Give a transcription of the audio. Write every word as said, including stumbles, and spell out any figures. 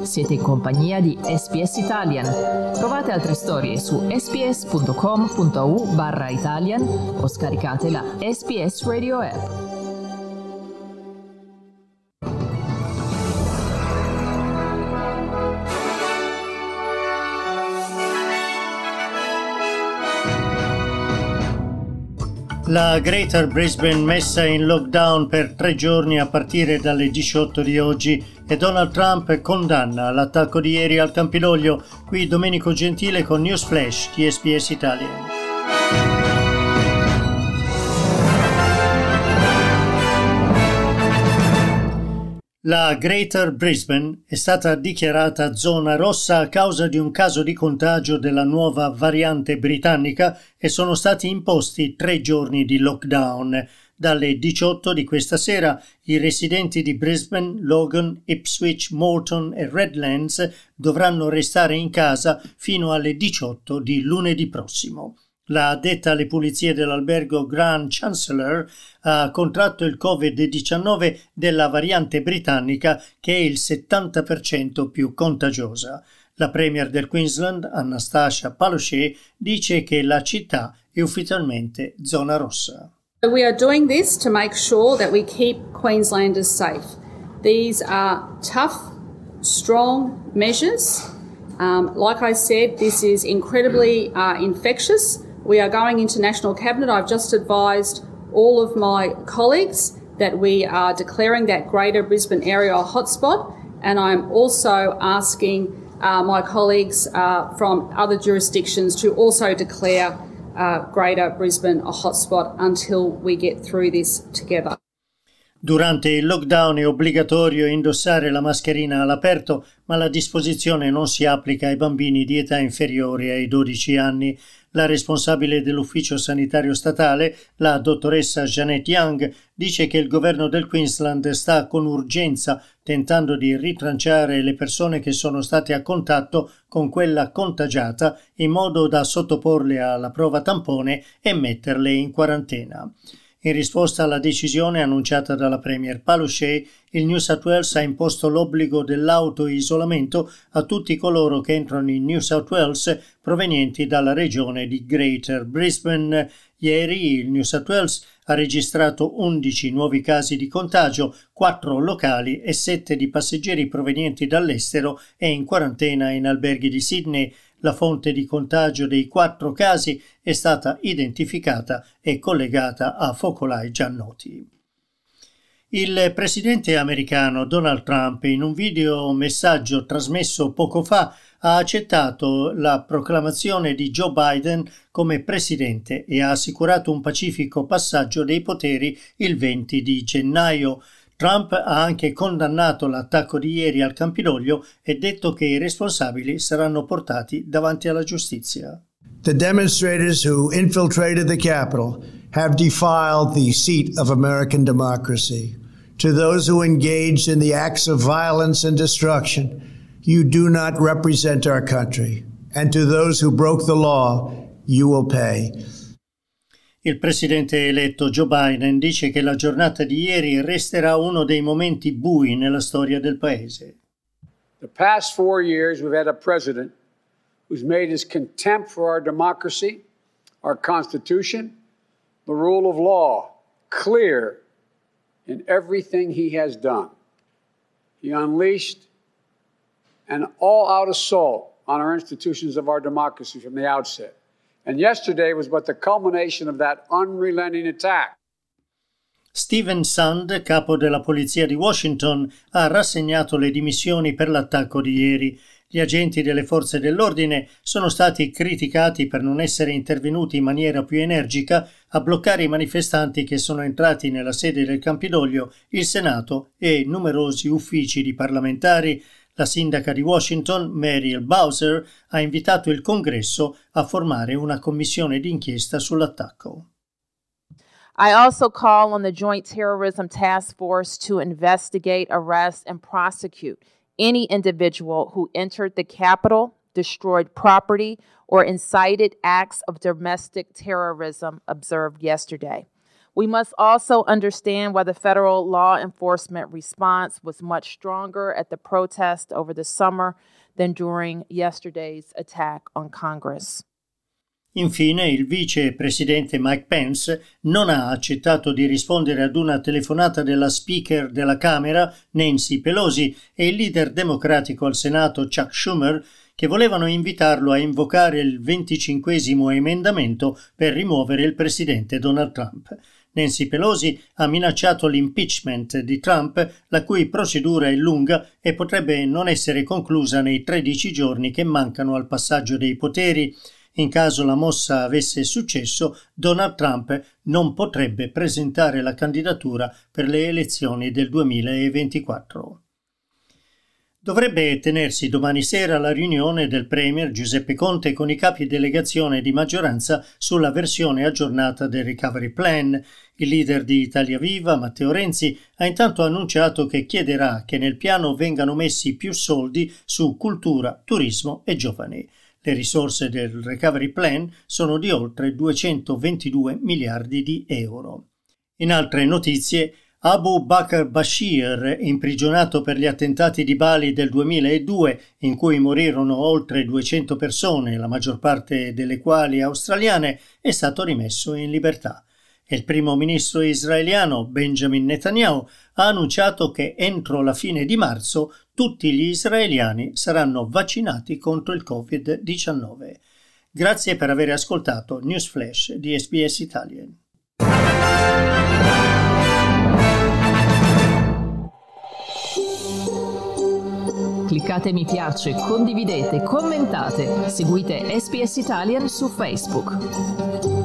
Siete in compagnia di S B S Italian. Trovate altre storie su sbs.com.au barra Italian o scaricate la S B S Radio app. La Greater Brisbane messa in lockdown per tre giorni a partire dalle diciotto di oggi e Donald Trump condanna l'attacco di ieri al Campidoglio. Qui Domenico Gentile con News Flash di S B S Italian. La Greater Brisbane è stata dichiarata zona rossa a causa di un caso di contagio della nuova variante britannica e sono stati imposti tre giorni di lockdown. Dalle diciotto di questa sera i residenti di Brisbane, Logan, Ipswich, Moreton e Redlands dovranno restare in casa fino alle diciotto di lunedì prossimo. La addetta alle pulizie dell'albergo Grand Chancellor ha contratto il covid diciannove della variante britannica, che è il settanta per cento più contagiosa. La premier del Queensland, Anastasia Palaszczuk, dice che la città è ufficialmente zona rossa. We are doing this to make sure that we keep Queenslanders safe. These are tough, strong measures. Um, like I said, this is incredibly uh, infectious. We are going into National Cabinet. I've just advised all of my colleagues that we are declaring that Greater Brisbane area a hotspot, and I'm also asking uh, my colleagues uh, from other jurisdictions to also declare uh, Greater Brisbane a hotspot until we get through this together. Durante il lockdown è obbligatorio indossare la mascherina all'aperto, ma la disposizione non si applica ai bambini di età inferiore ai dodici anni. La responsabile dell'ufficio sanitario statale, la dottoressa Janet Young, dice che il governo del Queensland sta con urgenza tentando di ritranciare le persone che sono state a contatto con quella contagiata in modo da sottoporle alla prova tampone e metterle in quarantena. In risposta alla decisione annunciata dalla premier Palaszczuk, il New South Wales ha imposto l'obbligo dell'auto-isolamento a tutti coloro che entrano in New South Wales provenienti dalla regione di Greater Brisbane. Ieri il New South Wales ha registrato undici nuovi casi di contagio, quattro locali e sette di passeggeri provenienti dall'estero e in quarantena in alberghi di Sydney. La fonte di contagio dei quattro casi è stata identificata e collegata a focolai già noti. Il presidente americano Donald Trump, in un video messaggio trasmesso poco fa, ha accettato la proclamazione di Joe Biden come presidente e ha assicurato un pacifico passaggio dei poteri il venti di gennaio. Trump ha anche condannato l'attacco di ieri al Campidoglio e detto che i responsabili saranno portati davanti alla giustizia. The demonstrators who infiltrated the Capitol have defiled the seat of American democracy. To those who engaged in the acts of violence and destruction, you do not represent our country. And to those who broke the law, you will pay. Il presidente eletto Joe Biden dice che la giornata di ieri resterà uno dei momenti bui nella storia del paese. The past four years we've had a president who's made his contempt for our democracy, our Constitution, the rule of law clear in everything he has done. He unleashed an all-out assault on our institutions of our democracy from the outset. And yesterday was but the culmination of that unrelenting attack. Stephen Sund, capo della polizia di Washington, ha rassegnato le dimissioni per l'attacco di ieri. Gli agenti delle forze dell'ordine sono stati criticati per non essere intervenuti in maniera più energica a bloccare i manifestanti che sono entrati nella sede del Campidoglio, il Senato e numerosi uffici di parlamentari. La sindaca di Washington, Muriel Bowser, ha invitato il Congresso a formare una commissione d'inchiesta sull'attacco. I also call on the Joint Terrorism Task Force to investigate, arrest, and prosecute any individual who entered the Capitol, destroyed property, or incited acts of domestic terrorism observed yesterday. We must also understand why the federal law enforcement response was much stronger at the protest over the summer than during yesterday's attack on Congress. Infine, il vicepresidente Mike Pence non ha accettato di rispondere ad una telefonata della Speaker della Camera, Nancy Pelosi, e il leader democratico al Senato, Chuck Schumer, che volevano invitarlo a invocare il venticinquesimo emendamento per rimuovere il presidente Donald Trump. Nancy Pelosi ha minacciato l'impeachment di Trump, la cui procedura è lunga e potrebbe non essere conclusa nei tredici giorni che mancano al passaggio dei poteri. In caso la mossa avesse successo, Donald Trump non potrebbe presentare la candidatura per le elezioni del duemilaventiquattro. Dovrebbe tenersi domani sera la riunione del Premier Giuseppe Conte con i capi delegazione di maggioranza sulla versione aggiornata del Recovery Plan. Il leader di Italia Viva, Matteo Renzi, ha intanto annunciato che chiederà che nel piano vengano messi più soldi su cultura, turismo e giovani. Le risorse del Recovery Plan sono di oltre duecentoventidue miliardi di euro. In altre notizie, Abu Bakr Bashir, imprigionato per gli attentati di Bali del duemiladue, in cui morirono oltre duecento persone, la maggior parte delle quali australiane, è stato rimesso in libertà. Il primo ministro israeliano Benjamin Netanyahu ha annunciato che entro la fine di marzo tutti gli israeliani saranno vaccinati contro il covid diciannove. Grazie per aver ascoltato News Flash di S B S Italian. Cliccate mi piace, condividete, commentate, seguite S B S Italian su Facebook.